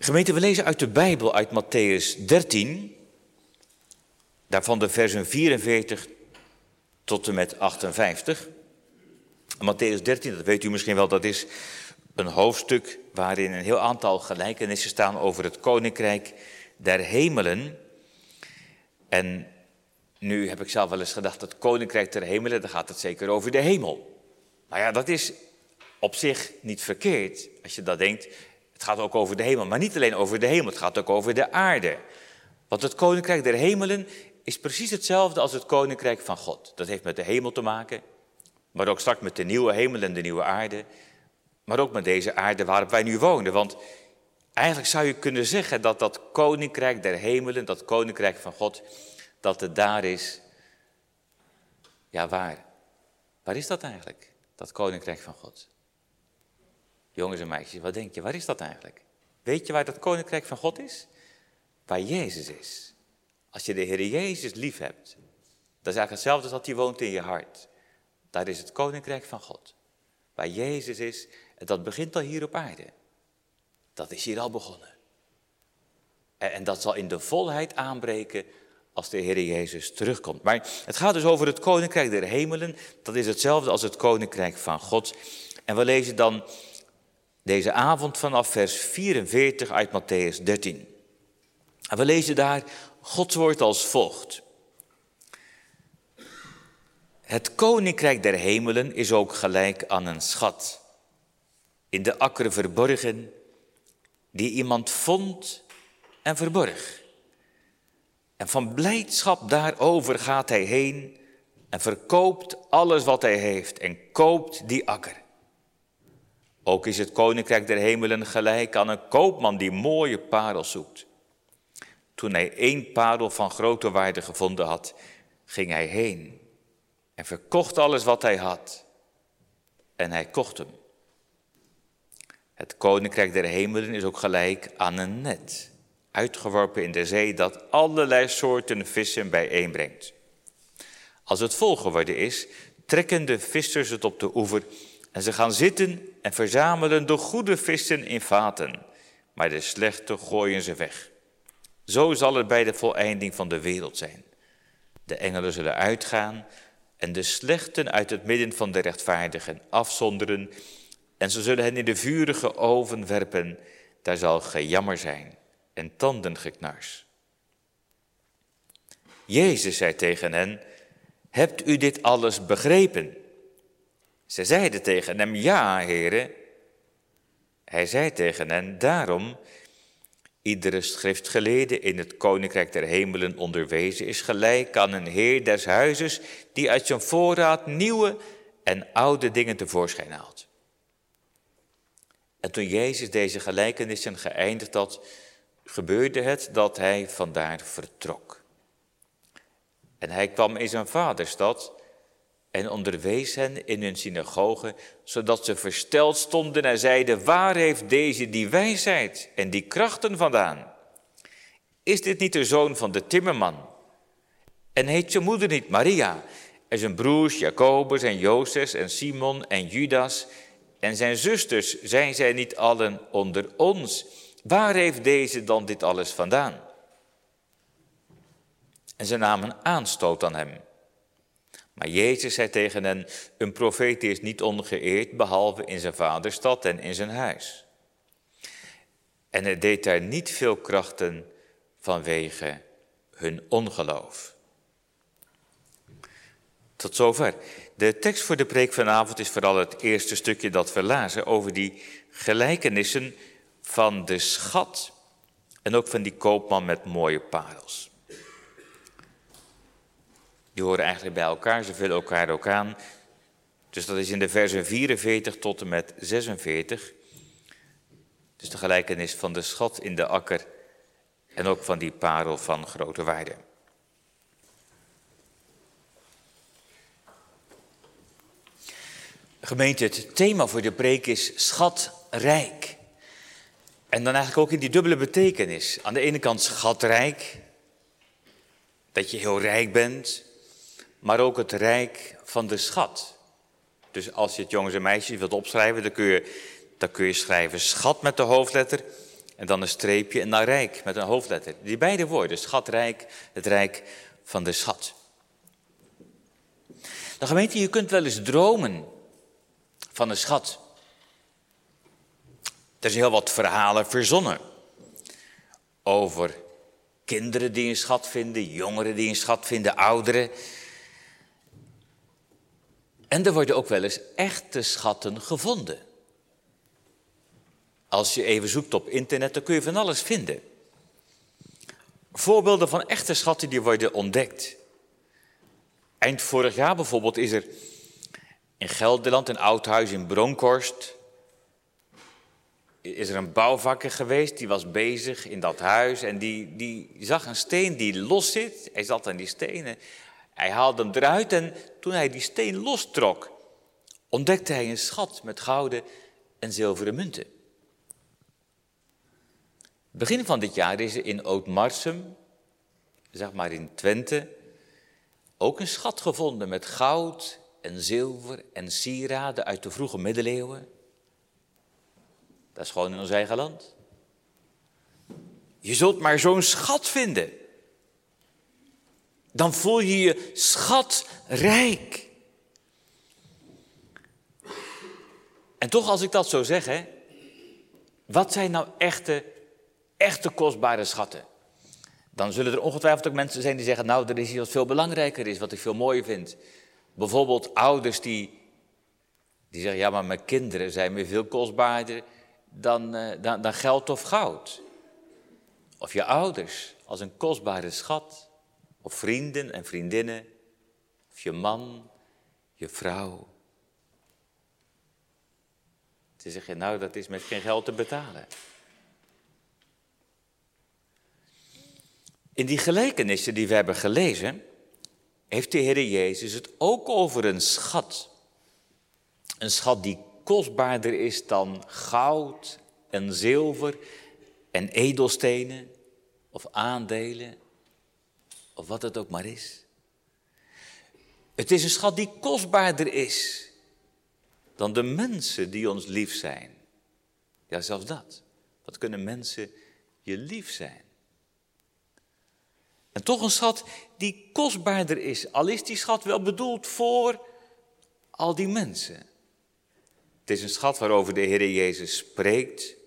Gemeente, we lezen uit de Bijbel, uit Mattheüs 13, daarvan de versen 44 tot en met 58. Mattheüs 13, dat weet u misschien wel, dat is een hoofdstuk waarin een heel aantal gelijkenissen staan over het koninkrijk der hemelen. En nu heb ik zelf wel eens gedacht, het koninkrijk der hemelen, dan gaat het zeker over de hemel. Maar ja, dat is op zich niet verkeerd, als je dat denkt. Het gaat ook over de hemel, maar niet alleen over de hemel, het gaat ook over de aarde. Want het koninkrijk der hemelen is precies hetzelfde als het koninkrijk van God. Dat heeft met de hemel te maken, maar ook straks met de nieuwe hemel en de nieuwe aarde. Maar ook met deze aarde waarop wij nu wonen. Want eigenlijk zou je kunnen zeggen dat dat koninkrijk der hemelen, dat koninkrijk van God, dat het daar is. Ja, waar? Waar is dat eigenlijk, dat koninkrijk van God? Jongens en meisjes, wat denk je, waar is dat eigenlijk? Weet je waar dat koninkrijk van God is? Waar Jezus is. Als je de Heer Jezus lief hebt, dat is eigenlijk hetzelfde als dat hij woont in je hart. Daar is het koninkrijk van God. Waar Jezus is, en dat begint al hier op aarde. Dat is hier al begonnen. En dat zal in de volheid aanbreken als de Heer Jezus terugkomt. Maar het gaat dus over het koninkrijk der hemelen. Dat is hetzelfde als het koninkrijk van God. En we lezen dan deze avond vanaf vers 44 uit Mattheüs 13. En we lezen daar Gods woord als volgt. Het koninkrijk der hemelen is ook gelijk aan een schat, in de akker verborgen, die iemand vond en verborg. En van blijdschap daarover gaat hij heen en verkoopt alles wat hij heeft en koopt die akker. Ook is het koninkrijk der hemelen gelijk aan een koopman die mooie parels zoekt. Toen hij 1 parel van grote waarde gevonden had, ging hij heen en verkocht alles wat hij had. En hij kocht hem. Het koninkrijk der hemelen is ook gelijk aan een net, uitgeworpen in de zee, dat allerlei soorten vissen bijeenbrengt. Als het vol geworden is, trekken de vissers het op de oever en ze gaan zitten en verzamelen de goede vissen in vaten, maar de slechte gooien ze weg. Zo zal het bij de voleinding van de wereld zijn. De engelen zullen uitgaan en de slechten uit het midden van de rechtvaardigen afzonderen en ze zullen hen in de vurige oven werpen. Daar zal gejammer zijn en tandengeknars. Jezus zei tegen hen, hebt u dit alles begrepen? Ze zeiden tegen hem, ja, heren. Hij zei tegen hen, daarom, iedere schriftgeleerde in het koninkrijk der hemelen onderwezen is gelijk aan een heer des huizes die uit zijn voorraad nieuwe en oude dingen tevoorschijn haalt. En toen Jezus deze gelijkenissen geëindigd had, gebeurde het dat hij vandaar vertrok. En hij kwam in zijn vaderstad en onderwees hen in hun synagoge, zodat ze versteld stonden en zeiden, waar heeft deze die wijsheid en die krachten vandaan? Is dit niet de zoon van de timmerman? En heet zijn moeder niet Maria? En zijn broers Jacobus en Jozef en Simon en Judas en zijn zusters, zijn zij niet allen onder ons? Waar heeft deze dan dit alles vandaan? En ze namen aanstoot aan hem. Maar Jezus zei tegen hen, een profeet is niet ongeëerd, behalve in zijn vaderstad en in zijn huis. En hij deed daar niet veel krachten vanwege hun ongeloof. Tot zover. De tekst voor de preek vanavond is vooral het eerste stukje dat we lazen over die gelijkenissen van de schat en ook van die koopman met mooie parels. Die horen eigenlijk bij elkaar, ze vullen elkaar ook aan. Dus dat is in de versen 44 tot en met 46. Dus de gelijkenis van de schat in de akker en ook van die parel van grote waarde. Gemeente, het thema voor de preek is schatrijk. En dan eigenlijk ook in die dubbele betekenis. Aan de ene kant schatrijk, dat je heel rijk bent, maar ook het rijk van de schat. Dus als je het jongens en meisjes wilt opschrijven, dan kun je schrijven schat met de hoofdletter en dan een streepje en dan rijk met een hoofdletter. Die beide woorden, schatrijk, het rijk van de schat. De gemeente, je kunt wel eens dromen van een schat. Er zijn heel wat verhalen verzonnen over kinderen die een schat vinden, jongeren die een schat vinden, ouderen. En er worden ook wel eens echte schatten gevonden. Als je even zoekt op internet, dan kun je van alles vinden. Voorbeelden van echte schatten die worden ontdekt. Eind vorig jaar bijvoorbeeld is er in Gelderland, een oud huis in Bronkhorst, is er een bouwvakker geweest, die was bezig in dat huis en die zag een steen die los zit. Hij zat aan die stenen, hij haalde hem eruit en toen hij die steen lostrok, ontdekte hij een schat met gouden en zilveren munten. Begin van dit jaar is er in Oud-Marsum, zeg maar in Twente, ook een schat gevonden met goud en zilver en sieraden uit de vroege middeleeuwen. Dat is gewoon in ons eigen land. Je zult maar zo'n schat vinden. Dan voel je je schatrijk. En toch, als ik dat zo zeg, hè, wat zijn nou echte kostbare schatten? Dan zullen er ongetwijfeld ook mensen zijn die zeggen, nou, er is iets wat veel belangrijker is, wat ik veel mooier vind. Bijvoorbeeld ouders die zeggen, ja, maar mijn kinderen zijn me veel kostbaarder dan geld of goud. Of je ouders als een kostbare schat. Of vrienden en vriendinnen. Of je man, je vrouw. Ze zeggen, nou, dat is met geen geld te betalen. In die gelijkenissen die we hebben gelezen, heeft de Heer Jezus het ook over een schat. Een schat die kostbaarder is dan goud en zilver en edelstenen of aandelen of wat het ook maar is. Het is een schat die kostbaarder is dan de mensen die ons lief zijn. Ja, zelfs dat. Wat kunnen mensen je lief zijn? En toch een schat die kostbaarder is, al is die schat wel bedoeld voor al die mensen. Het is een schat waarover de Heer Jezus spreekt.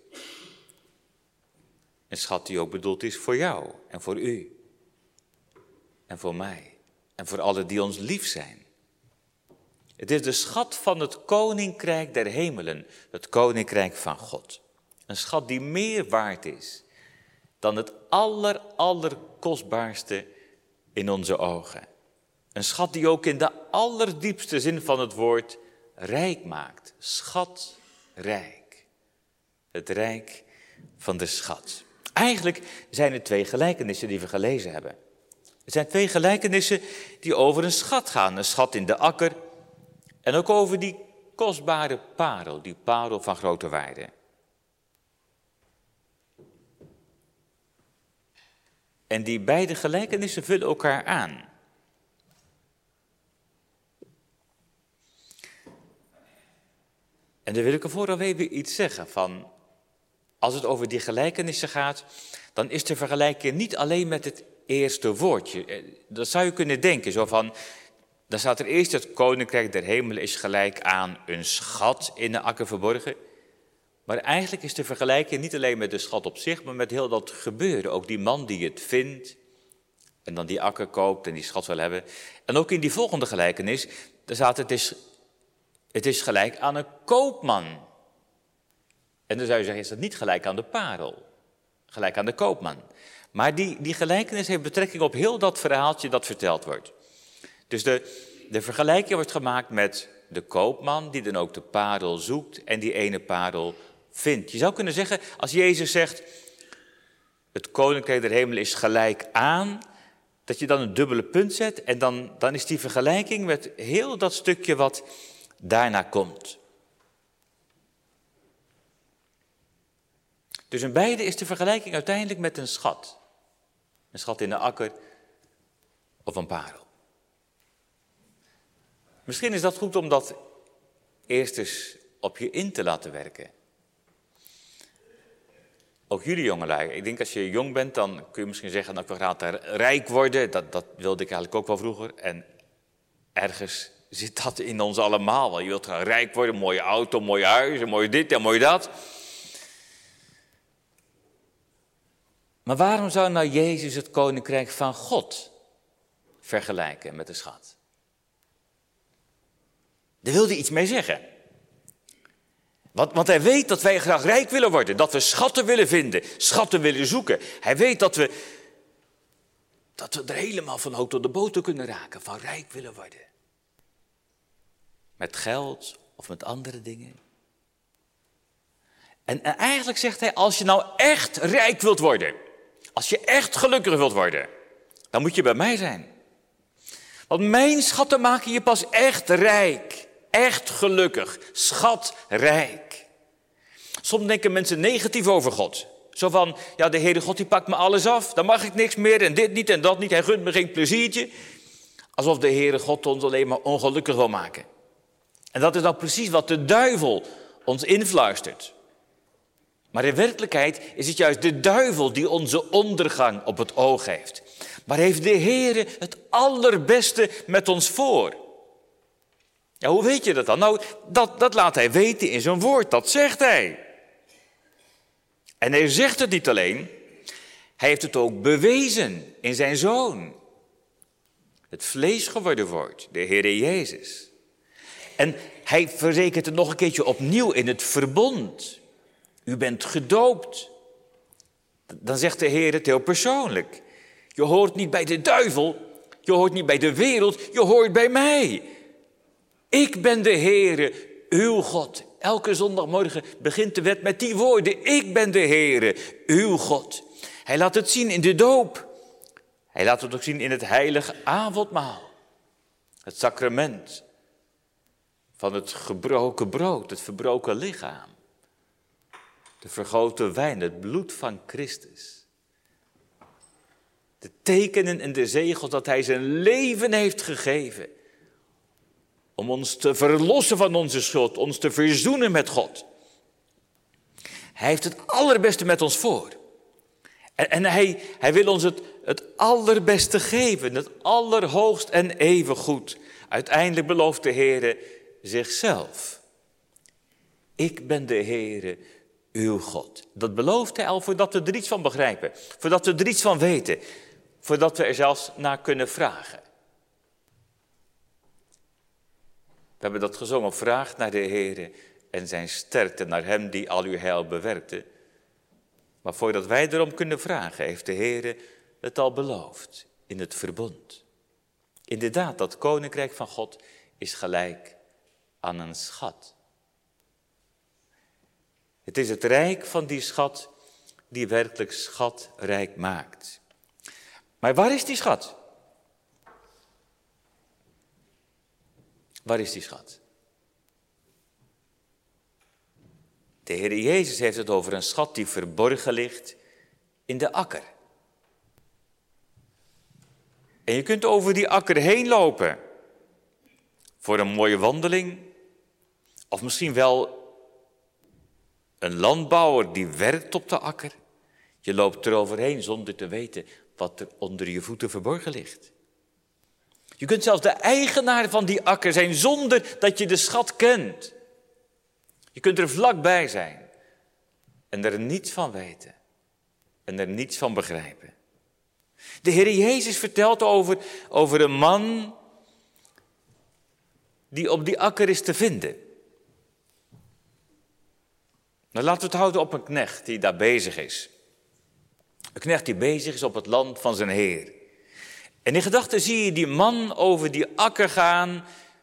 Een schat die ook bedoeld is voor jou en voor u. En voor mij. En voor allen die ons lief zijn. Het is de schat van het koninkrijk der hemelen. Het koninkrijk van God. Een schat die meer waard is dan het allerkostbaarste in onze ogen. Een schat die ook in de allerdiepste zin van het woord rijk maakt. Schatrijk. Het rijk van de schat. Eigenlijk zijn er 2 gelijkenissen die we gelezen hebben. Er zijn 2 gelijkenissen die over een schat gaan. Een schat in de akker en ook over die kostbare parel. Die parel van grote waarde. En die beide gelijkenissen vullen elkaar aan. En dan wil ik er vooral even iets zeggen van, als het over die gelijkenissen gaat, dan is de vergelijking niet alleen met het eerste woordje. Dat zou je kunnen denken, zo van, dan staat er eerst het koninkrijk der hemelen is gelijk aan een schat in de akker verborgen. Maar eigenlijk is de vergelijking niet alleen met de schat op zich, maar met heel dat gebeuren. Ook die man die het vindt en dan die akker koopt en die schat wil hebben. En ook in die volgende gelijkenis, daar staat het is gelijk aan een koopman. En dan zou je zeggen, is dat niet gelijk aan de parel? Gelijk aan de koopman. Maar die gelijkenis heeft betrekking op heel dat verhaaltje dat verteld wordt. Dus de vergelijking wordt gemaakt met de koopman die dan ook de parel zoekt en die ene parel vindt. Je zou kunnen zeggen, als Jezus zegt, het koninkrijk der hemelen is gelijk aan, dat je dan een dubbele punt zet en dan is die vergelijking met heel dat stukje wat daarna komt. Dus in beide is de vergelijking uiteindelijk met een schat. Een schat in de akker of een parel. Misschien is dat goed om dat eerst eens op je in te laten werken. Ook jullie jongelui. Ik denk als je jong bent, dan kun je misschien zeggen, nou, ik wil graag rijk worden. Dat wilde ik eigenlijk ook wel vroeger. En ergens zit dat in ons allemaal wel. Je wilt graag rijk worden, een mooie auto, een mooi huis, een mooi dit en mooi dat. Maar waarom zou nou Jezus het koninkrijk van God vergelijken met de schat? Daar wilde hij iets mee zeggen. Want hij weet dat wij graag rijk willen worden. Dat we schatten willen vinden, schatten willen zoeken. Hij weet dat we er helemaal van hout tot de boter kunnen raken. Van rijk willen worden. Met geld of met andere dingen. En eigenlijk zegt hij, als je nou echt rijk wilt worden. Als je echt gelukkig wilt worden. Dan moet je bij mij zijn. Want mijn schatten maken je pas echt rijk. Echt gelukkig. Schatrijk. Soms denken mensen negatief over God. Zo van, ja, de Heere God die pakt me alles af. Dan mag ik niks meer en dit niet en dat niet. Hij gunt me geen pleziertje. Alsof de Heere God ons alleen maar ongelukkig wil maken. En dat is nou precies wat de duivel ons influistert. Maar in werkelijkheid is het juist de duivel die onze ondergang op het oog heeft. Maar heeft de Heere het allerbeste met ons voor? Ja, hoe weet je dat dan? Nou, dat laat hij weten in zijn woord, dat zegt hij. En hij zegt het niet alleen, hij heeft het ook bewezen in zijn Zoon. Het vlees geworden woord, de Heere Jezus. En hij verzekert het nog een keertje opnieuw in het verbond. U bent gedoopt. Dan zegt de Heer het heel persoonlijk. Je hoort niet bij de duivel, je hoort niet bij de wereld, je hoort bij mij. Ik ben de Heere, uw God. Elke zondagmorgen begint de wet met die woorden. Ik ben de Heere, uw God. Hij laat het zien in de doop. Hij laat het ook zien in het heilige avondmaal. Het sacrament van het gebroken brood, het verbroken lichaam. De vergoten wijn, het bloed van Christus. De tekenen en de zegels dat hij zijn leven heeft gegeven. Om ons te verlossen van onze schuld, ons te verzoenen met God. Hij heeft het allerbeste met ons voor. En hij wil ons het allerbeste geven, het allerhoogst en even goed. Uiteindelijk belooft de Heere zichzelf. Ik ben de Heere, uw God. Dat belooft hij al voordat we er iets van begrijpen. Voordat we er iets van weten. Voordat we er zelfs naar kunnen vragen. We hebben dat gezongen, vraag naar de Heere en zijn sterkte, naar hem die al uw heil bewerkte. Maar voordat wij erom kunnen vragen, heeft de Heere het al beloofd in het verbond. Inderdaad, dat koninkrijk van God is gelijk aan een schat. Het is het rijk van die schat die werkelijk schatrijk maakt. Maar waar is die schat? Waar is die schat? De Heer Jezus heeft het over een schat die verborgen ligt in de akker. En je kunt over die akker heen lopen. Voor een mooie wandeling. Of misschien wel een landbouwer die werkt op de akker. Je loopt eroverheen zonder te weten wat er onder je voeten verborgen ligt. Je kunt zelfs de eigenaar van die akker zijn zonder dat je de schat kent. Je kunt er vlakbij zijn en er niets van weten en er niets van begrijpen. De Heer Jezus vertelt over een man die op die akker is te vinden. Nou, laten we het houden op een knecht die daar bezig is. Een knecht die bezig is op het land van zijn Heer. En in gedachten zie je die man over die akker gaan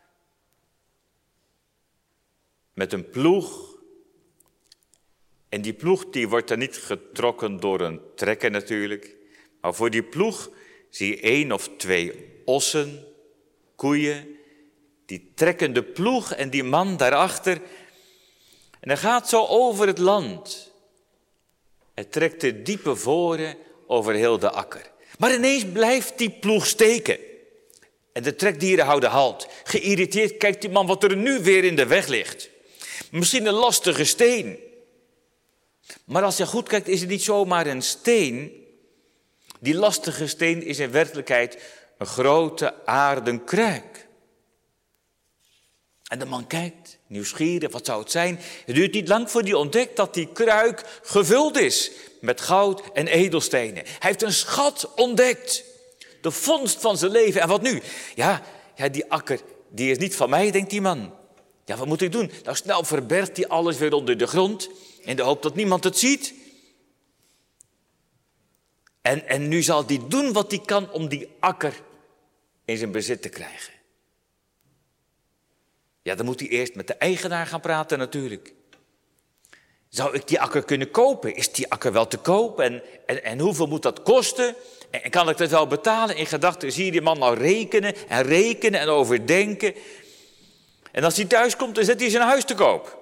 met een ploeg. En die ploeg die wordt dan niet getrokken door een trekker natuurlijk. Maar voor die ploeg zie je 1 of 2 ossen, koeien. Die trekken de ploeg en die man daarachter. En hij gaat zo over het land. Hij trekt de diepe voren over heel de akker. Maar ineens blijft die ploeg steken. En de trekdieren houden halt. Geïrriteerd kijkt die man wat er nu weer in de weg ligt. Misschien een lastige steen. Maar als je goed kijkt, is het niet zomaar een steen. Die lastige steen is in werkelijkheid een grote aarden kruik. En de man kijkt, nieuwsgierig, wat zou het zijn? Het duurt niet lang voor hij ontdekt dat die kruik gevuld is met goud en edelstenen. Hij heeft een schat ontdekt. De vondst van zijn leven. En wat nu? Ja, die akker, die is niet van mij, denkt die man. Ja, wat moet ik doen? Nou, snel verbergt hij alles weer onder de grond. In de hoop dat niemand het ziet. En nu zal hij doen wat hij kan om die akker in zijn bezit te krijgen. Ja, dan moet hij eerst met de eigenaar gaan praten natuurlijk. Zou ik die akker kunnen kopen? Is die akker wel te koop? En hoeveel moet dat kosten? En kan ik dat wel betalen? In gedachten zie je die man nou rekenen en overdenken. En als hij thuis komt, dan zet hij zijn huis te koop.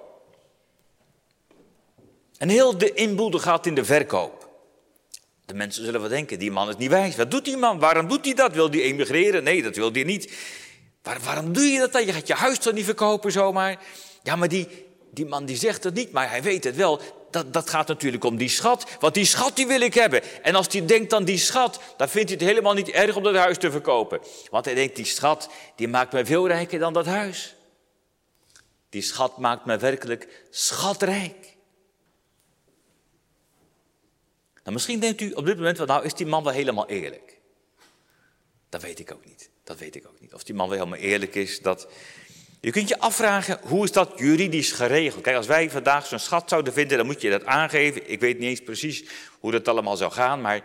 En heel de inboedel gaat in de verkoop. De mensen zullen wel denken, die man is niet wijs. Wat doet die man? Waarom doet hij dat? Wil hij emigreren? Nee, dat wil hij niet. Waarom doe je dat dan? Je gaat je huis toch niet verkopen zomaar? Ja, maar die man die zegt het niet, maar hij weet het wel. Dat gaat natuurlijk om die schat. Want die schat die wil ik hebben. En als hij denkt aan die schat, dan vindt hij het helemaal niet erg om dat huis te verkopen. Want hij denkt, die schat die maakt mij veel rijker dan dat huis. Die schat maakt mij werkelijk schatrijk. Nou, misschien denkt u op dit moment, nou is die man wel helemaal eerlijk. Dat weet ik ook niet. Of die man wel helemaal eerlijk is. Je kunt je afvragen, hoe is dat juridisch geregeld? Kijk, als wij vandaag zo'n schat zouden vinden, dan moet je dat aangeven. Ik weet niet eens precies hoe dat allemaal zou gaan, maar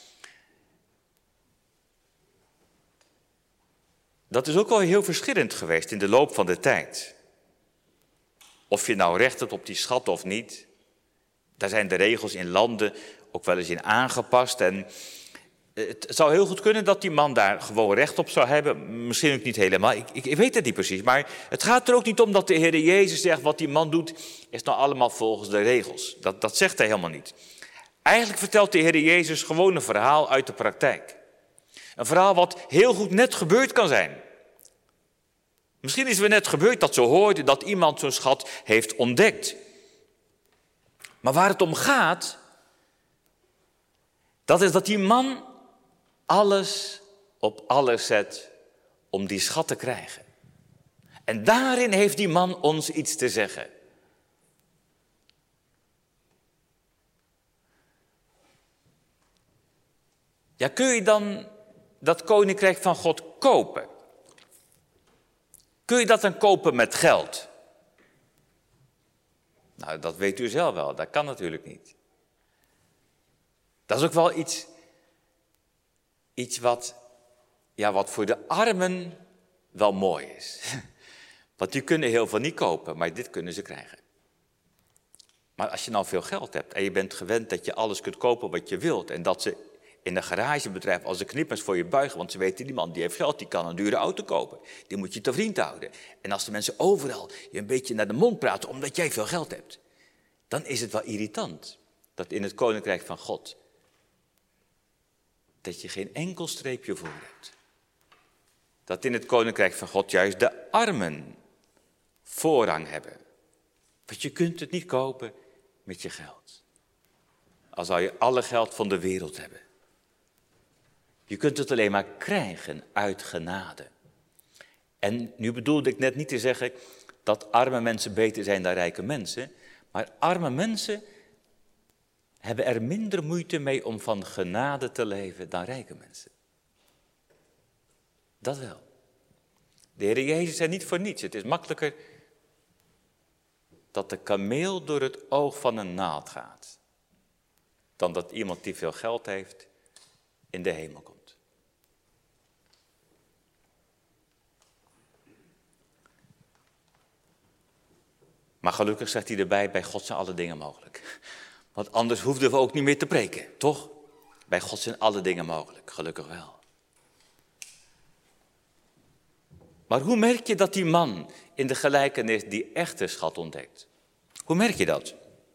dat is ook wel heel verschillend geweest in de loop van de tijd. Of je nou recht hebt op die schat of niet. Daar zijn de regels in landen ook wel eens in aangepast. En het zou heel goed kunnen dat die man daar gewoon recht op zou hebben. Misschien ook niet helemaal. Ik weet het niet precies. Maar het gaat er ook niet om dat de Heer Jezus zegt, wat die man doet, is nou allemaal volgens de regels. Dat zegt hij helemaal niet. Eigenlijk vertelt de Heer Jezus gewoon een verhaal uit de praktijk. Een verhaal wat heel goed net gebeurd kan zijn. Misschien is het net gebeurd dat ze hoorden dat iemand zo'n schat heeft ontdekt. Maar waar het om gaat, dat is dat die man alles op alles zet om die schat te krijgen. En daarin heeft die man ons iets te zeggen. Ja, kun je dan dat koninkrijk van God kopen? Kun je dat dan kopen met geld? Nou, dat weet u zelf wel. Dat kan natuurlijk niet. Dat is ook wel iets wat voor de armen wel mooi is. Want die kunnen heel veel niet kopen, maar dit kunnen ze krijgen. Maar als je nou veel geld hebt en je bent gewend dat je alles kunt kopen wat je wilt, en dat ze in een garagebedrijf als de knippers voor je buigen, want ze weten, die man die heeft geld, die kan een dure auto kopen. Die moet je te vriend houden. En als de mensen overal je een beetje naar de mond praten omdat jij veel geld hebt, dan is het wel irritant dat in het koninkrijk van God dat je geen enkel streepje voor hebt. Dat in het koninkrijk van God juist de armen voorrang hebben. Want je kunt het niet kopen met je geld. Al zou je alle geld van de wereld hebben. Je kunt het alleen maar krijgen uit genade. En nu bedoelde ik net niet te zeggen dat arme mensen beter zijn dan rijke mensen. Maar arme mensen hebben er minder moeite mee om van genade te leven dan rijke mensen. Dat wel. De Heer Jezus zei niet voor niets. Het is makkelijker dat de kameel door het oog van een naald gaat, dan dat iemand die veel geld heeft in de hemel komt. Maar gelukkig zegt hij erbij, bij God zijn alle dingen mogelijk. Want anders hoefden we ook niet meer te preken, toch? Bij God zijn alle dingen mogelijk, gelukkig wel. Maar hoe merk je dat die man in de gelijkenis die echte schat ontdekt? Hoe merk je dat?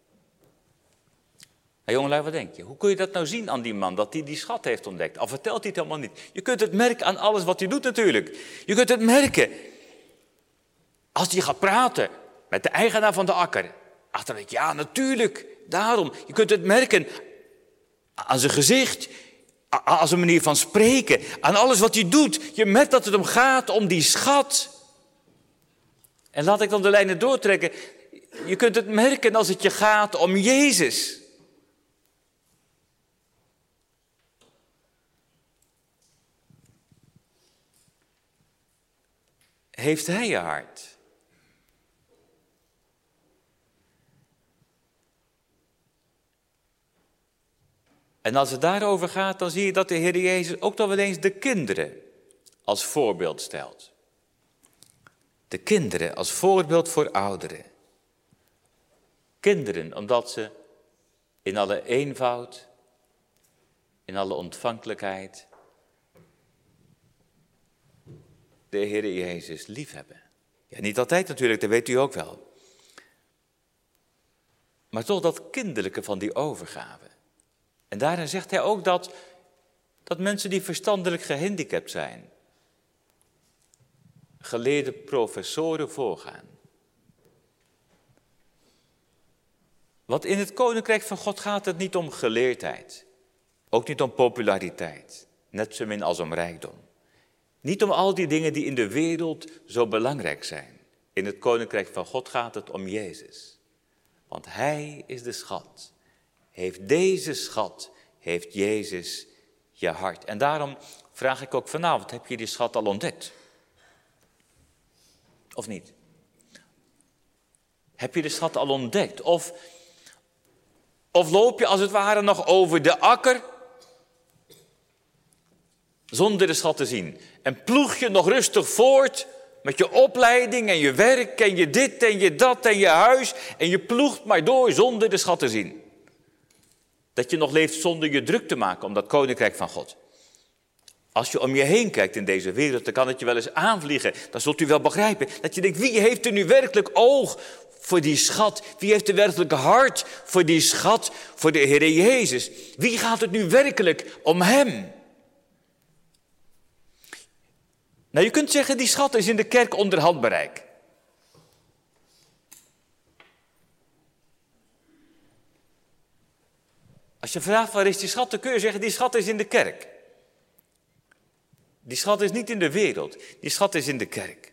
Nou, jongelui, wat denk je? Hoe kun je dat nou zien aan die man, dat hij die schat heeft ontdekt? Al vertelt hij het helemaal niet. Je kunt het merken aan alles wat hij doet natuurlijk. Je kunt het merken als hij gaat praten met de eigenaar van de akker. Achterlijk, ja natuurlijk, Daarom, je kunt het merken aan zijn gezicht, aan zijn manier van spreken, aan alles wat hij doet. Je merkt dat het hem gaat om die schat. En laat ik dan de lijnen doortrekken. Je kunt het merken als het je gaat om Jezus. Heeft hij je hart? En als het daarover gaat, dan zie je dat de Heer Jezus ook nog wel eens de kinderen als voorbeeld stelt. De kinderen als voorbeeld voor ouderen. Kinderen, omdat ze in alle eenvoud, in alle ontvankelijkheid, de Heer Jezus liefhebben. Ja, niet altijd natuurlijk, dat weet u ook wel. Maar toch dat kinderlijke van die overgave. En daarin zegt hij ook dat mensen die verstandelijk gehandicapt zijn, geleerde professoren voorgaan. Want in het koninkrijk van God gaat het niet om geleerdheid. Ook niet om populariteit. Net zo min als om rijkdom. Niet om al die dingen die in de wereld zo belangrijk zijn. In het koninkrijk van God gaat het om Jezus. Want hij is de schat. Heeft deze schat, heeft Jezus je hart. En daarom vraag ik ook vanavond, heb je die schat al ontdekt? Of niet? Heb je de schat al ontdekt? Of loop je als het ware nog over de akker zonder de schat te zien? En ploeg je nog rustig voort met je opleiding en je werk en je dit en je dat en je huis. En je ploegt maar door zonder de schat te zien. Dat je nog leeft zonder je druk te maken om dat koninkrijk van God. Als je om je heen kijkt in deze wereld, dan kan het je wel eens aanvliegen. Dan zult u wel begrijpen dat je denkt, wie heeft er nu werkelijk oog voor die schat? Wie heeft er werkelijk hart voor die schat, voor de Heer Jezus? Wie gaat het nu werkelijk om hem? Nou, je kunt zeggen, die schat is in de kerk onder handbereik. Als je vraagt, waar is die schat, dan kun je zeggen, die schat is in de kerk. Die schat is niet in de wereld, die schat is in de kerk.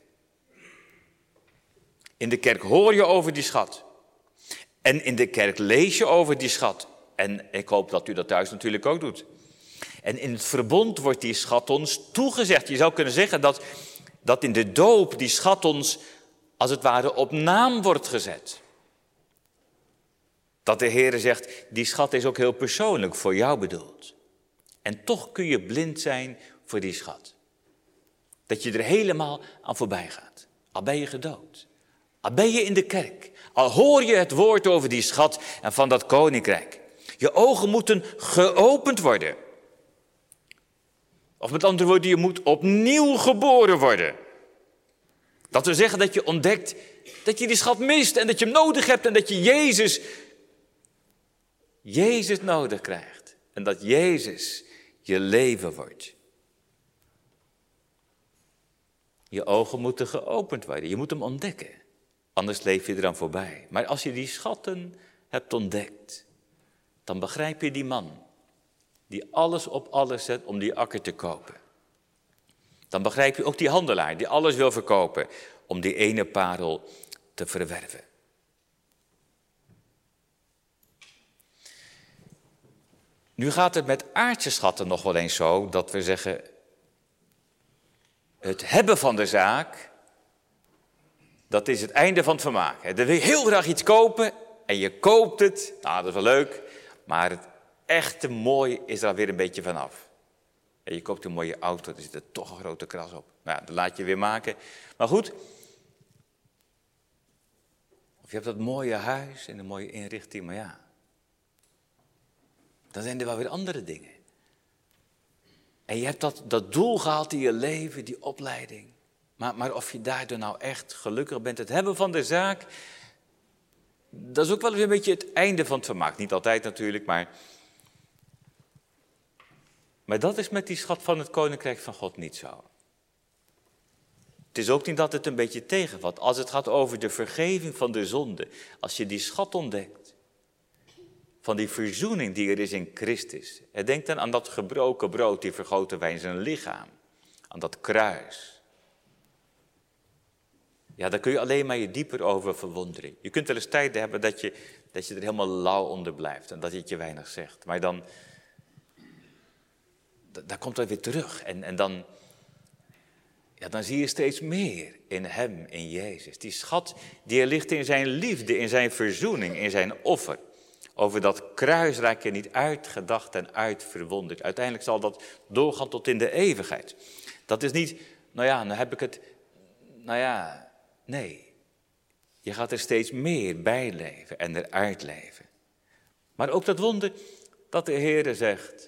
In de kerk hoor je over die schat. En in de kerk lees je over die schat. En ik hoop dat u dat thuis natuurlijk ook doet. En in het verbond wordt die schat ons toegezegd. Je zou kunnen zeggen dat in de doop die schat ons als het ware op naam wordt gezet. Dat de Heer zegt, die schat is ook heel persoonlijk voor jou bedoeld. En toch kun je blind zijn voor die schat. Dat je er helemaal aan voorbij gaat. Al ben je gedood. Al ben je in de kerk. Al hoor je het woord over die schat en van dat koninkrijk. Je ogen moeten geopend worden. Of met andere woorden, je moet opnieuw geboren worden. Dat wil zeggen dat je ontdekt dat je die schat mist en dat je hem nodig hebt en dat je Jezus nodig krijgt. En dat Jezus je leven wordt. Je ogen moeten geopend worden. Je moet hem ontdekken. Anders leef je eraan voorbij. Maar als je die schatten hebt ontdekt, dan begrijp je die man die alles op alles zet om die akker te kopen. Dan begrijp je ook die handelaar die alles wil verkopen om die ene parel te verwerven. Nu gaat het met aardse schatten nog wel eens zo dat we zeggen, het hebben van de zaak, dat is het einde van het vermaak. Dan wil je heel graag iets kopen en je koopt het, nou dat is wel leuk, maar het echte mooi is er weer een beetje vanaf. En je koopt een mooie auto, er zit er toch een grote kras op. Nou ja, dat laat je weer maken. Maar goed, of je hebt dat mooie huis en een mooie inrichting, maar ja, dan zijn er wel weer andere dingen. En je hebt dat doel gehaald in je leven, die opleiding. Maar of je daardoor nou echt gelukkig bent, het hebben van de zaak, dat is ook wel eens een beetje het einde van het vermaak. Niet altijd natuurlijk, maar dat is met die schat van het koninkrijk van God niet zo. Het is ook niet dat het een beetje tegenvalt. Als het gaat over de vergeving van de zonde, als je die schat ontdekt, van die verzoening die er is in Christus. Denk dan aan dat gebroken brood, die vergoten wijn, zijn lichaam. Aan dat kruis. Ja, daar kun je alleen maar je dieper over verwonderen. Je kunt wel eens tijden hebben dat je er helemaal lauw onder blijft en dat het je weinig zegt. Maar dan komt het weer terug en dan zie je steeds meer in hem, in Jezus. Die schat die er ligt in zijn liefde, in zijn verzoening, in zijn offer. Over dat kruis raak je niet uitgedacht en uitverwonderd. Uiteindelijk zal dat doorgaan tot in de eeuwigheid. Dat is niet, dan heb ik het, nee. Je gaat er steeds meer bij leven en eruit leven. Maar ook dat wonder dat de Heere zegt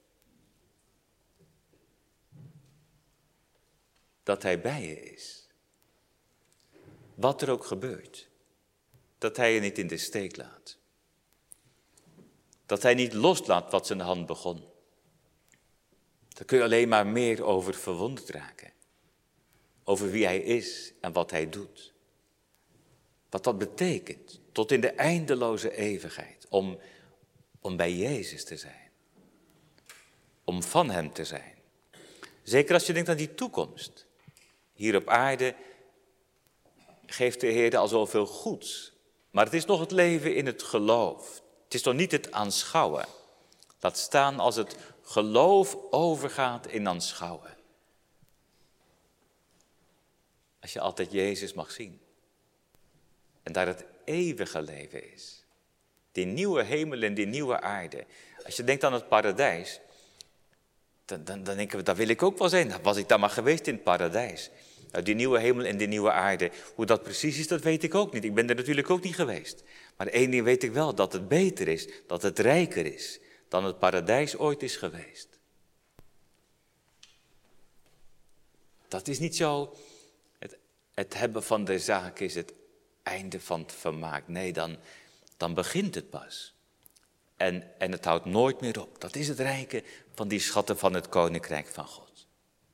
dat hij bij je is. Wat er ook gebeurt. Dat hij je niet in de steek laat. Dat hij niet loslaat wat zijn hand begon. Daar kun je alleen maar meer over verwonderd raken. Over wie hij is en wat hij doet. Wat dat betekent, tot in de eindeloze eeuwigheid. Om bij Jezus te zijn. Om van hem te zijn. Zeker als je denkt aan die toekomst. Hier op aarde geeft de Heer al zoveel goeds. Maar het is nog het leven in het geloof. Het is nog niet het aanschouwen. Laat staan als het geloof overgaat in aanschouwen. Als je altijd Jezus mag zien. En daar het eeuwige leven is. Die nieuwe hemel en die nieuwe aarde. Als je denkt aan het paradijs. Dan denken we, daar wil ik ook wel zijn. Was ik daar maar geweest in het paradijs. Nou, die nieuwe hemel en die nieuwe aarde. Hoe dat precies is, dat weet ik ook niet. Ik ben er natuurlijk ook niet geweest. Maar één ding weet ik wel, dat het beter is. Dat het rijker is. Dan het paradijs ooit is geweest. Dat is niet zo. Het hebben van de zaak is het einde van het vermaak. Nee, dan begint het pas. En het houdt nooit meer op. Dat is het rijke van die schatten van het koninkrijk van God.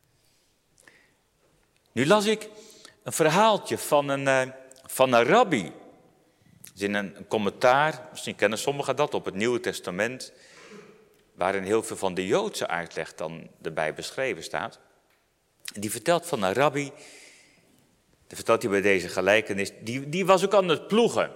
Nu las ik een verhaaltje van een rabbi. Het is in een commentaar, misschien kennen sommigen dat, op het Nieuwe Testament. Waarin heel veel van de Joodse uitleg dan erbij beschreven staat. En die vertelt van een rabbi. Dat vertelt hij bij deze gelijkenis. Die was ook aan het ploegen.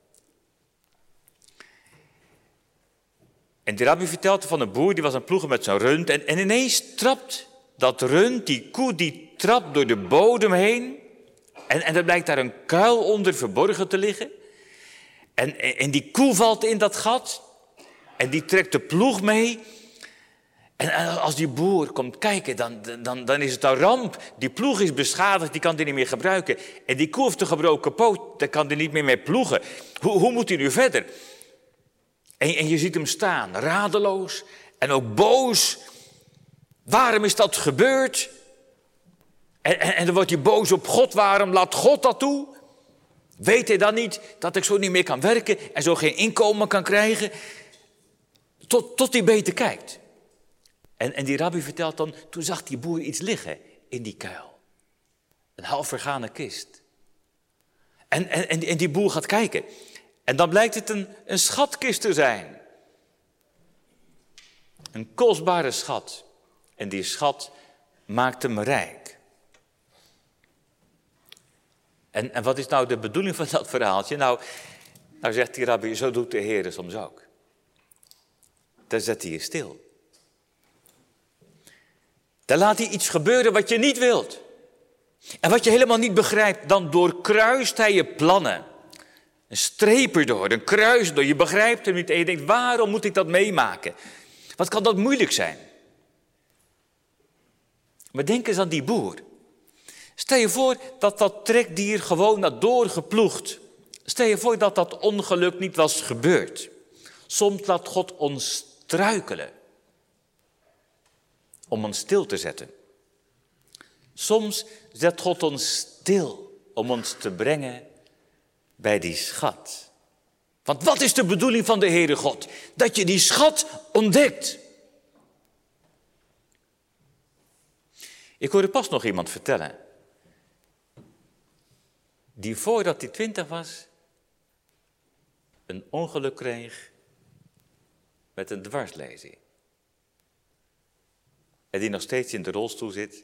En die rabbi vertelde van een boer, die was aan het ploegen met zijn rund. En ineens trapt dat rund, die koe, die trapt door de bodem heen. En er blijkt daar een kuil onder verborgen te liggen. En die koe valt in dat gat. En die trekt de ploeg mee. En als die boer komt kijken, dan is het een ramp. Die ploeg is beschadigd, die kan die niet meer gebruiken. En die koe heeft een gebroken poot, daar kan die niet meer mee ploegen. Hoe moet hij nu verder? En je ziet hem staan, radeloos en ook boos. Waarom is dat gebeurd? En dan wordt hij boos op God. Waarom laat God dat toe? Weet hij dan niet dat ik zo niet meer kan werken en zo geen inkomen kan krijgen? Tot hij beter kijkt. En die rabbi vertelt dan, toen zag die boer iets liggen in die kuil. Een half vergane kist. En die boer gaat kijken. En dan blijkt het een schatkist te zijn. Een kostbare schat. En die schat maakt hem rijk. En wat is nou de bedoeling van dat verhaaltje? Nou zegt die rabbi, zo doet de Heer soms ook. Dan zet hij je stil. Dan laat hij iets gebeuren wat je niet wilt. En wat je helemaal niet begrijpt, dan doorkruist hij je plannen. Een streep erdoor, een kruis door. Je begrijpt hem niet en je denkt, waarom moet ik dat meemaken? Wat kan dat moeilijk zijn? Maar denk eens aan die boer. Stel je voor dat trekdier gewoon had doorgeploegd. Stel je voor dat dat ongeluk niet was gebeurd. Soms laat God ons struikelen. Om ons stil te zetten. Soms zet God ons stil om ons te brengen bij die schat. Want wat is de bedoeling van de Heere God? Dat je die schat ontdekt. Ik hoorde pas nog iemand vertellen. Die voordat hij 20 was, een ongeluk kreeg met een dwarslezing. En die nog steeds in de rolstoel zit.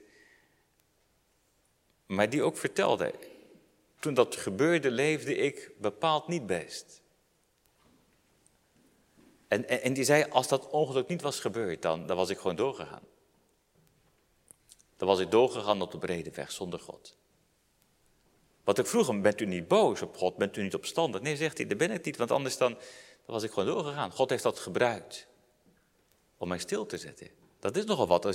Maar die ook vertelde, toen dat gebeurde leefde ik bepaald niet best. En die zei, als dat ongeluk niet was gebeurd, dan was ik gewoon doorgegaan. Dan was ik doorgegaan op de brede weg zonder God. Wat ik vroeg hem, bent u niet boos op God, bent u niet opstandig? Nee, zegt hij, dat ben ik niet, want anders dan was ik gewoon doorgegaan. God heeft dat gebruikt om mij stil te zetten. Dat is nogal wat,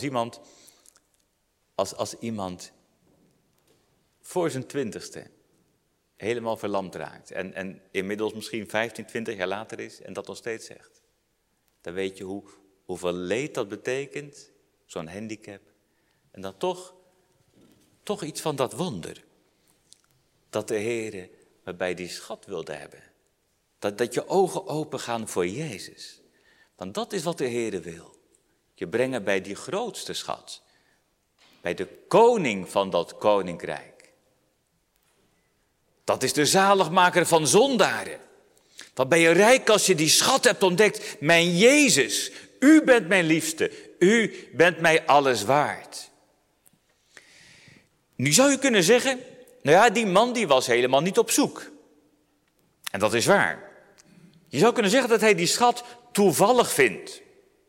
als iemand voor zijn 20ste helemaal verlamd raakt. En inmiddels misschien 15, 20 jaar later is en dat nog steeds zegt. Dan weet je hoeveel leed dat betekent, zo'n handicap. En dan toch iets van dat wonder. Dat de Heer me bij die schat wilde hebben. Dat je ogen open gaan voor Jezus. Want dat is wat de Heer wil. Je brengen bij die grootste schat. Bij de koning van dat koninkrijk. Dat is de zaligmaker van zondaren. Wat ben je rijk als je die schat hebt ontdekt. Mijn Jezus, u bent mijn liefste. U bent mij alles waard. Nu zou je kunnen zeggen, nou ja, die man die was helemaal niet op zoek. En dat is waar. Je zou kunnen zeggen dat hij die schat toevallig vindt.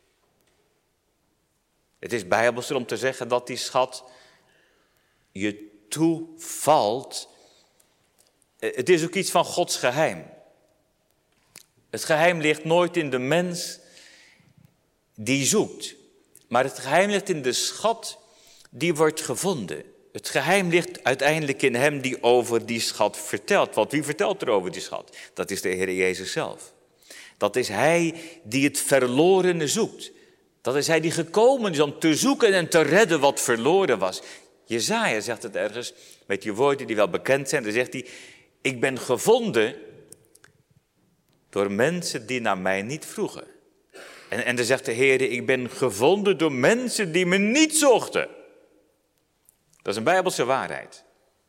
Het is bijbels om te zeggen dat die schat je toevalt. Het is ook iets van Gods geheim. Het geheim ligt nooit in de mens die zoekt. Maar het geheim ligt in de schat die wordt gevonden. Het geheim ligt uiteindelijk in hem die over die schat vertelt. Want wie vertelt er over die schat? Dat is de Heer Jezus zelf. Dat is hij die het verlorene zoekt. Dat is hij die gekomen is om te zoeken en te redden wat verloren was. Jesaja zegt het ergens met die woorden die wel bekend zijn. Dan zegt hij, ik ben gevonden door mensen die naar mij niet vroegen. En dan zegt de Heer, ik ben gevonden door mensen die me niet zochten. Dat is een bijbelse waarheid.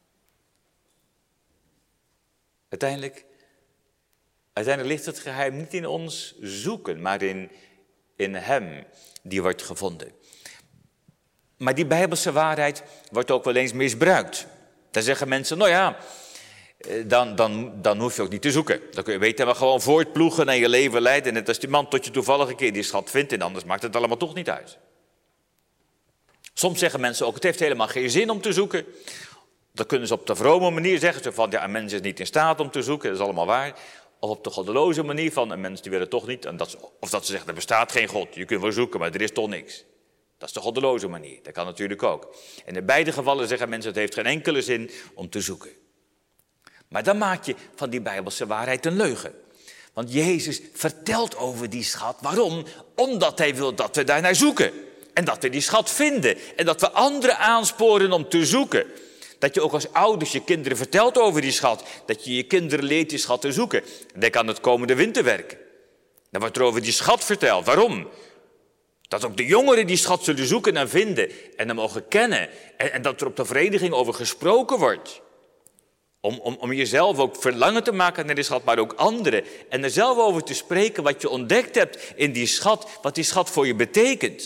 Uiteindelijk ligt het geheim niet in ons zoeken, maar in hem die wordt gevonden. Maar die bijbelse waarheid wordt ook wel eens misbruikt. Dan zeggen mensen, nou ja, dan hoef je ook niet te zoeken. Dan kun je weten we gewoon voortploegen en je leven leiden. Net als die man tot je toevallig een keer die schat vindt en anders maakt het allemaal toch niet uit. Soms zeggen mensen ook, het heeft helemaal geen zin om te zoeken. Dat kunnen ze op de vrome manier zeggen. Zo van, ja, een mens is niet in staat om te zoeken, dat is allemaal waar. Of op de goddeloze manier van, een mens die wil het toch niet. Of dat ze zeggen, er bestaat geen God. Je kunt wel zoeken, maar er is toch niks. Dat is de goddeloze manier, dat kan natuurlijk ook. En in beide gevallen zeggen mensen, het heeft geen enkele zin om te zoeken. Maar dan maak je van die bijbelse waarheid een leugen. Want Jezus vertelt over die schat. Waarom? Omdat hij wil dat we daar naar zoeken. En dat we die schat vinden. En dat we anderen aansporen om te zoeken. Dat je ook als ouders je kinderen vertelt over die schat. Dat je je kinderen leert die schat te zoeken. Denk aan het komende winterwerk. Dan wordt er over die schat verteld. Waarom? Dat ook de jongeren die schat zullen zoeken en vinden. En hem mogen kennen. En dat er op de vereniging over gesproken wordt. Om jezelf ook verlangen te maken naar die schat, maar ook anderen. En er zelf over te spreken wat je ontdekt hebt in die schat. Wat die schat voor je betekent.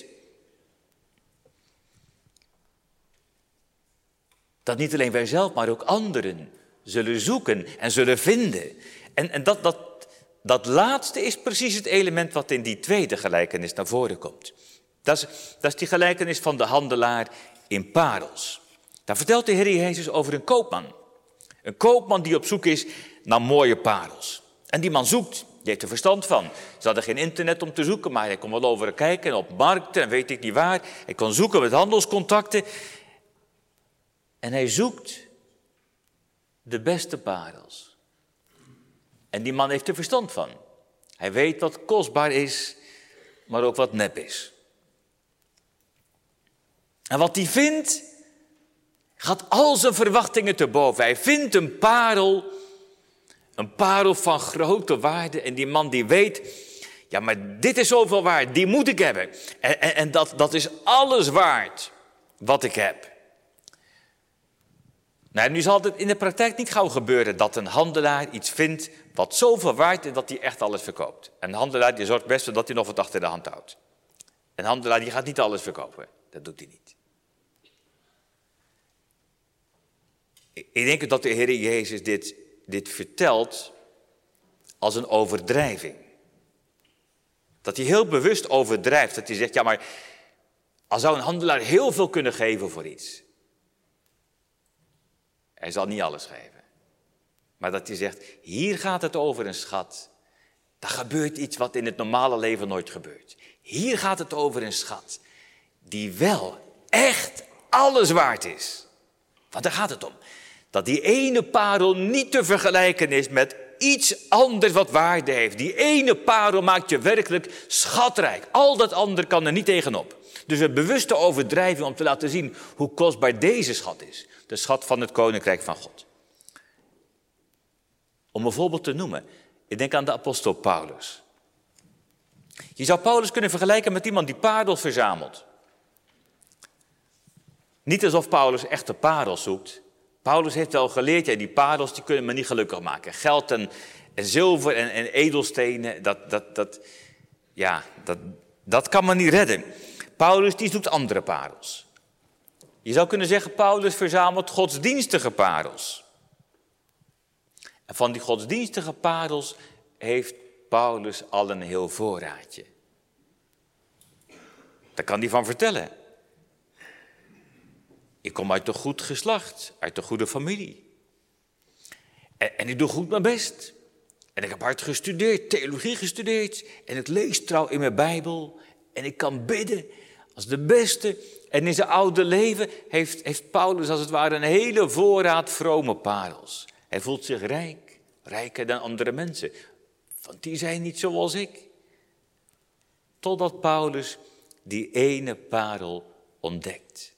Dat niet alleen wij zelf, maar ook anderen zullen zoeken en zullen vinden. En dat laatste is precies het element wat in die tweede gelijkenis naar voren komt. Dat is die gelijkenis van de handelaar in parels. Daar vertelt de Heer Jezus over een koopman. Een koopman die op zoek is naar mooie parels. En die man zoekt, die heeft er verstand van. Ze hadden geen internet om te zoeken, maar hij kon wel over kijken op markten en weet ik niet waar. Hij kon zoeken met handelscontacten. En hij zoekt de beste parels. En die man heeft er verstand van. Hij weet wat kostbaar is, maar ook wat nep is. En wat hij vindt, gaat al zijn verwachtingen te boven. Hij vindt een parel van grote waarde. En die man die weet, ja, maar dit is zoveel waard, die moet ik hebben. En dat is alles waard wat ik heb. Nou, nu zal het in de praktijk niet gauw gebeuren dat een handelaar iets vindt wat zoveel waard is dat hij echt alles verkoopt. Een handelaar die zorgt best wel dat hij nog wat achter de hand houdt. Een handelaar die gaat niet alles verkopen. Dat doet hij niet. Ik denk dat de Heer Jezus dit vertelt als een overdrijving. Dat hij heel bewust overdrijft. Dat hij zegt, ja maar, al zou een handelaar heel veel kunnen geven voor iets. Hij zal niet alles geven. Maar dat hij zegt, hier gaat het over een schat. Daar gebeurt iets wat in het normale leven nooit gebeurt. Hier gaat het over een schat die wel echt alles waard is. Want daar gaat het om. Dat die ene parel niet te vergelijken is met iets anders wat waarde heeft. Die ene parel maakt je werkelijk schatrijk. Al dat andere kan er niet tegenop. Dus een bewuste overdrijving om te laten zien hoe kostbaar deze schat is. De schat van het Koninkrijk van God. Om een voorbeeld te noemen. Ik denk aan de apostel Paulus. Je zou Paulus kunnen vergelijken met iemand die parels verzamelt. Niet alsof Paulus echte parels zoekt. Paulus heeft wel geleerd, ja, die parels die kunnen me niet gelukkig maken. Geld en zilver en edelstenen, dat kan me niet redden. Paulus die zoekt andere parels. Je zou kunnen zeggen, Paulus verzamelt godsdienstige parels. En van die godsdienstige parels heeft Paulus al een heel voorraadje. Daar kan hij van vertellen. Ik kom uit een goed geslacht, uit een goede familie. En ik doe goed mijn best. En ik heb hard gestudeerd, theologie gestudeerd. En ik lees trouw in mijn Bijbel. En ik kan bidden als de beste. En in zijn oude leven heeft Paulus als het ware een hele voorraad vrome parels. Hij voelt zich rijk, rijker dan andere mensen. Want die zijn niet zoals ik. Totdat Paulus die ene parel ontdekt.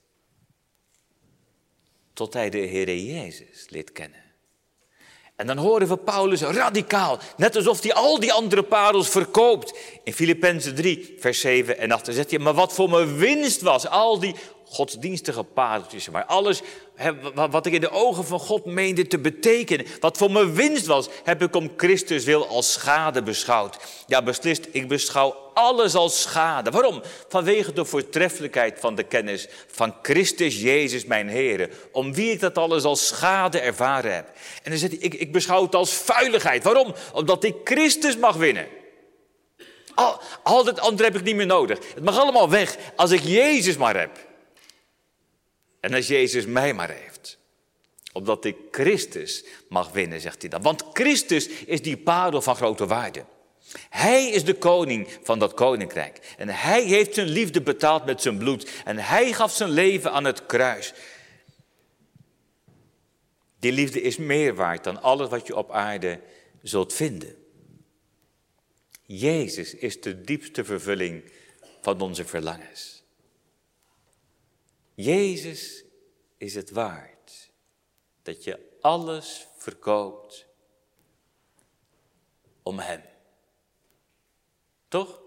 Tot hij de Heer Jezus leert kennen. En dan horen we Paulus radicaal, net alsof hij al die andere parels verkoopt. In Filippenzen 3, vers 7 en 8 zegt hij, maar wat voor me winst was, al die godsdienstige pareltjes, maar alles wat ik in de ogen van God meende te betekenen, wat voor me winst was, heb ik om Christus wil als schade beschouwd. Ja, beslist, ik beschouw alles als schade. Waarom? Vanwege de voortreffelijkheid van de kennis van Christus Jezus mijn Heere, om wie ik dat alles als schade ervaren heb. En dan zegt hij, ik beschouw het als vuiligheid. Waarom? Omdat ik Christus mag winnen. Al dat andere heb ik niet meer nodig. Het mag allemaal weg als ik Jezus maar heb. En als Jezus mij maar heeft. Opdat ik Christus mag winnen, zegt hij dan. Want Christus is die parel van grote waarde. Hij is de koning van dat koninkrijk. En hij heeft zijn liefde betaald met zijn bloed. En hij gaf zijn leven aan het kruis. Die liefde is meer waard dan alles wat je op aarde zult vinden. Jezus is de diepste vervulling van onze verlangens. Jezus is het waard dat je alles verkoopt om hem. Toch?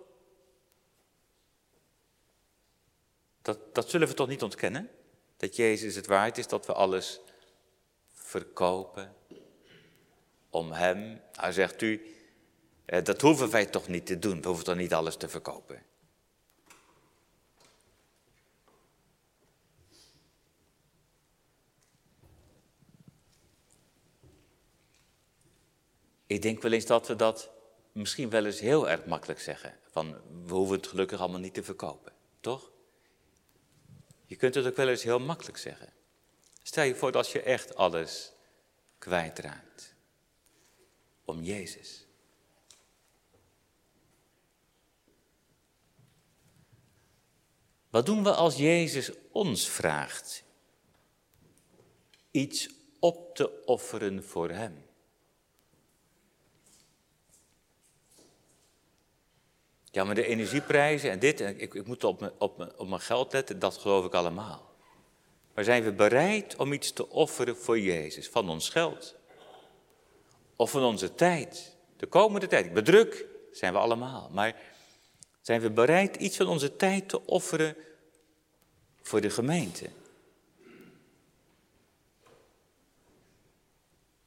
Dat zullen we toch niet ontkennen? Dat Jezus het waard is dat we alles verkopen om hem. Nou zegt u, dat hoeven wij toch niet te doen. We hoeven toch niet alles te verkopen. Ik denk wel eens dat we dat misschien wel eens heel erg makkelijk zeggen. Van, we hoeven het gelukkig allemaal niet te verkopen. Toch? Je kunt het ook wel eens heel makkelijk zeggen. Stel je voor dat je echt alles kwijtraakt. Om Jezus. Wat doen we als Jezus ons vraagt iets op te offeren voor hem? Ja, maar de energieprijzen en dit, en ik moet op mijn geld letten, dat geloof ik allemaal. Maar zijn we bereid om iets te offeren voor Jezus? Van ons geld? Of van onze tijd? De komende tijd. Ik ben druk, zijn we allemaal. Maar zijn we bereid iets van onze tijd te offeren voor de gemeente?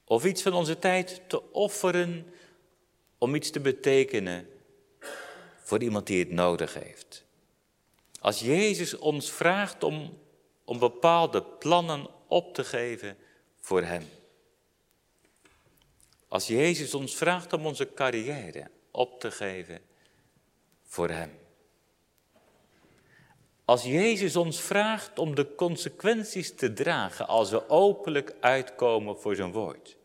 of iets van onze tijd te offeren om iets te betekenen voor iemand die het nodig heeft. Als Jezus ons vraagt om bepaalde plannen op te geven voor Hem. Als Jezus ons vraagt om onze carrière op te geven voor Hem. Als Jezus ons vraagt om de consequenties te dragen als we openlijk uitkomen voor zijn woord.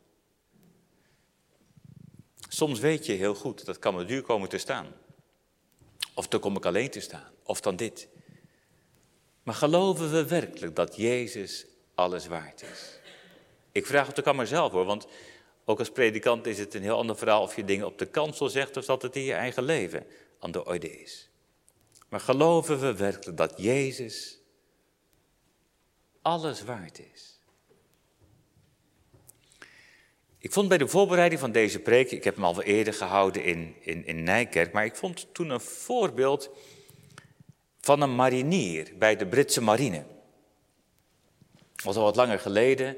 Soms weet je heel goed, dat kan me duur komen te staan. Of dan kom ik alleen te staan, of dan dit. Maar geloven we werkelijk dat Jezus alles waard is? Ik vraag het ook aan mezelf hoor, want ook als predikant is het een heel ander verhaal of je dingen op de kansel zegt of dat het in je eigen leven aan de orde is. Maar geloven we werkelijk dat Jezus alles waard is? Ik vond bij de voorbereiding van deze preek, ik heb hem al wel eerder gehouden in Nijkerk, maar ik vond toen een voorbeeld van een marinier bij de Britse marine. Dat was al wat langer geleden,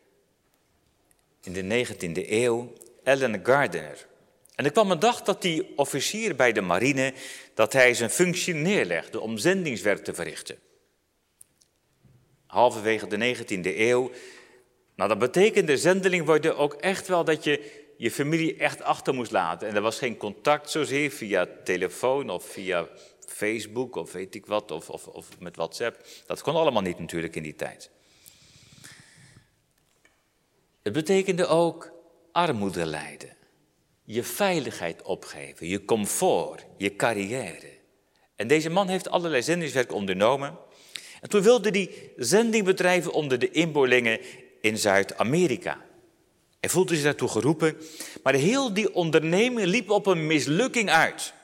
in de 19e eeuw, Allen Gardiner. En er kwam een dag dat die officier bij de marine, dat hij zijn functie neerlegde om zendingswerk te verrichten. Halverwege de 19e eeuw. Nou, dat betekende zendeling worden ook echt wel dat je je familie echt achter moest laten. En er was geen contact zozeer via telefoon of via Facebook of weet ik wat, of met WhatsApp. Dat kon allemaal niet natuurlijk in die tijd. Het betekende ook armoede lijden. Je veiligheid opgeven, je comfort, je carrière. En deze man heeft allerlei zendingswerk ondernomen. En toen wilde hij zending bedrijven onder de inboorlingen in Zuid-Amerika. Hij voelde zich daartoe geroepen, maar heel die onderneming liep op een mislukking uit.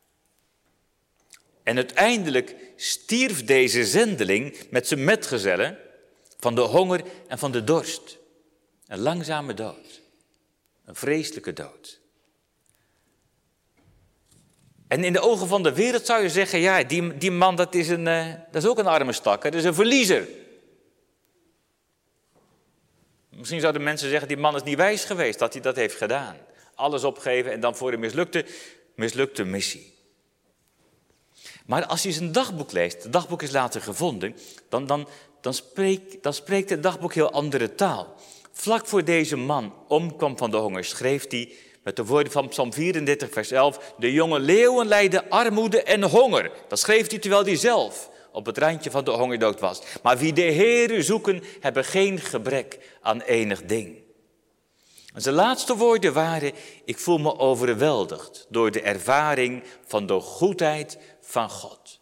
En uiteindelijk stierf deze zendeling met zijn metgezellen van de honger en van de dorst. Een langzame dood, een vreselijke dood. En in de ogen van de wereld zou je zeggen, ja, die man dat is ook een arme stakker, dat is een verliezer. Misschien zouden mensen zeggen, die man is niet wijs geweest dat hij dat heeft gedaan. Alles opgeven en dan voor een mislukte missie. Maar als je zijn dagboek leest, het dagboek is later gevonden, dan spreekt het dagboek heel andere taal. Vlak voor deze man omkwam van de honger, schreef hij met de woorden van Psalm 34, vers 11... de jonge leeuwen lijden armoede en honger. Dat schreef hij terwijl hij zelf op het randje van de hongerdood was. Maar wie de Heere zoeken, hebben geen gebrek aan enig ding. En zijn laatste woorden waren, ik voel me overweldigd door de ervaring van de goedheid van God.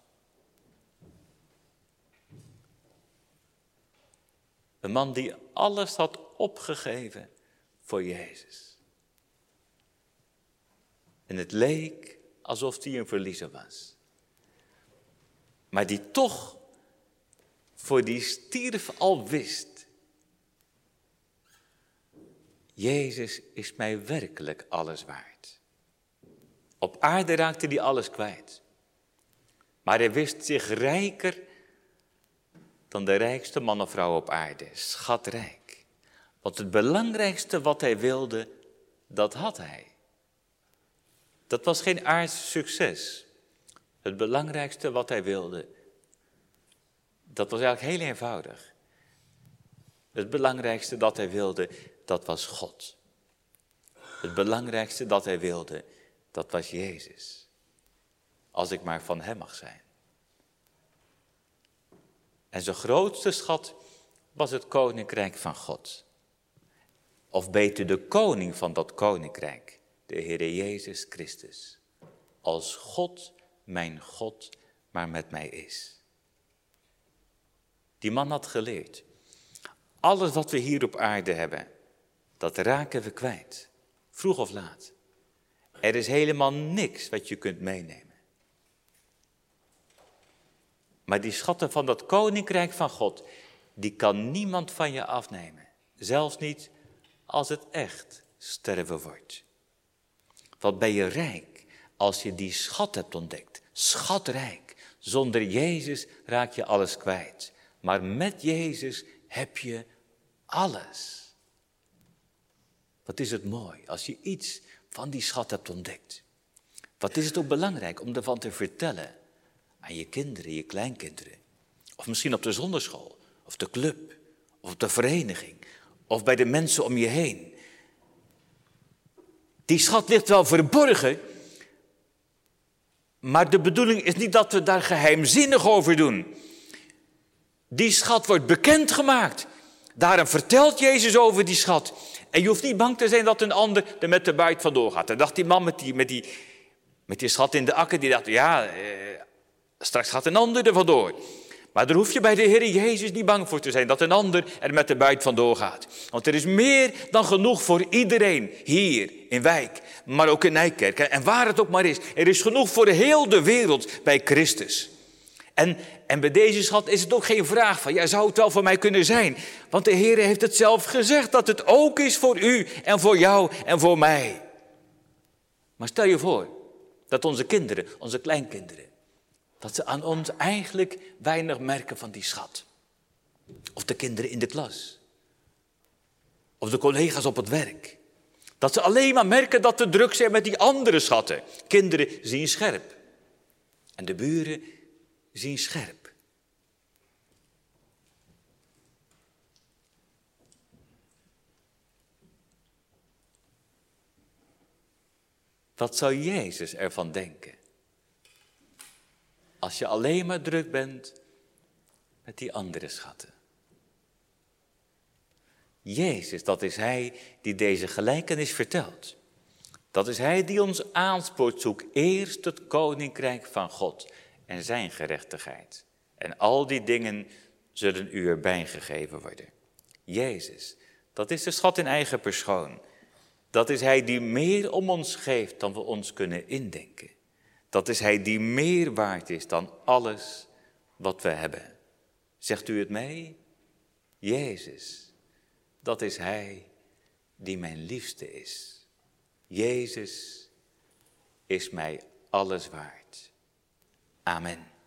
Een man die alles had opgegeven voor Jezus. En het leek alsof hij een verliezer was. Maar die toch voor die stierf al wist. Jezus is mij werkelijk alles waard. Op aarde raakte hij alles kwijt. Maar hij wist zich rijker dan de rijkste man of vrouw op aarde. Schatrijk. Want het belangrijkste wat hij wilde, dat had hij. Dat was geen aards succes. Het belangrijkste wat hij wilde, dat was eigenlijk heel eenvoudig. Het belangrijkste dat hij wilde, dat was God. Het belangrijkste dat hij wilde, dat was Jezus. Als ik maar van hem mag zijn. En zijn grootste schat was het koninkrijk van God. Of beter de koning van dat koninkrijk, de Heere Jezus Christus. Als God, mijn God, maar met mij is. Die man had geleerd. Alles wat we hier op aarde hebben, dat raken we kwijt. Vroeg of laat. Er is helemaal niks wat je kunt meenemen. Maar die schatten van dat koninkrijk van God, die kan niemand van je afnemen. Zelfs niet als het echt sterven wordt. Wat ben je rijk als je die schat hebt ontdekt. Schatrijk. Zonder Jezus raak je alles kwijt. Maar met Jezus heb je alles. Wat is het mooi als je iets van die schat hebt ontdekt. Wat is het ook belangrijk om ervan te vertellen aan je kinderen, je kleinkinderen. Of misschien op de zonderschool, of de club, of op de vereniging, of bij de mensen om je heen. Die schat ligt wel verborgen, maar de bedoeling is niet dat we daar geheimzinnig over doen. Die schat wordt bekendgemaakt. Daarom vertelt Jezus over die schat. En je hoeft niet bang te zijn dat een ander er met de buit vandoor gaat. En dacht die man met die schat in de akker, die dacht, straks gaat een ander er vandoor. Maar daar hoef je bij de Heer Jezus niet bang voor te zijn, dat een ander er met de buit vandoor gaat. Want er is meer dan genoeg voor iedereen, hier in Wijk, maar ook in Nijkerk. En waar het ook maar is, er is genoeg voor heel de wereld bij Christus. En bij deze schat is het ook geen vraag van, zou het wel voor mij kunnen zijn? Want de Heer heeft het zelf gezegd, dat het ook is voor u en voor jou en voor mij. Maar stel je voor, dat onze kinderen, onze kleinkinderen, dat ze aan ons eigenlijk weinig merken van die schat. Of de kinderen in de klas. Of de collega's op het werk. Dat ze alleen maar merken dat ze druk zijn met die andere schatten. Kinderen zien scherp. En de buren zien scherp. Wat zou Jezus ervan denken? Als je alleen maar druk bent met die andere schatten. Jezus, dat is Hij die deze gelijkenis vertelt. Dat is Hij die ons aanspoort, zoek eerst het koninkrijk van God en zijn gerechtigheid. En al die dingen zullen u erbij gegeven worden. Jezus, dat is de schat in eigen persoon. Dat is Hij die meer om ons geeft dan we ons kunnen indenken. Dat is Hij die meer waard is dan alles wat we hebben. Zegt u het mee? Jezus, dat is Hij die mijn liefste is. Jezus is mij alles waard. Amen.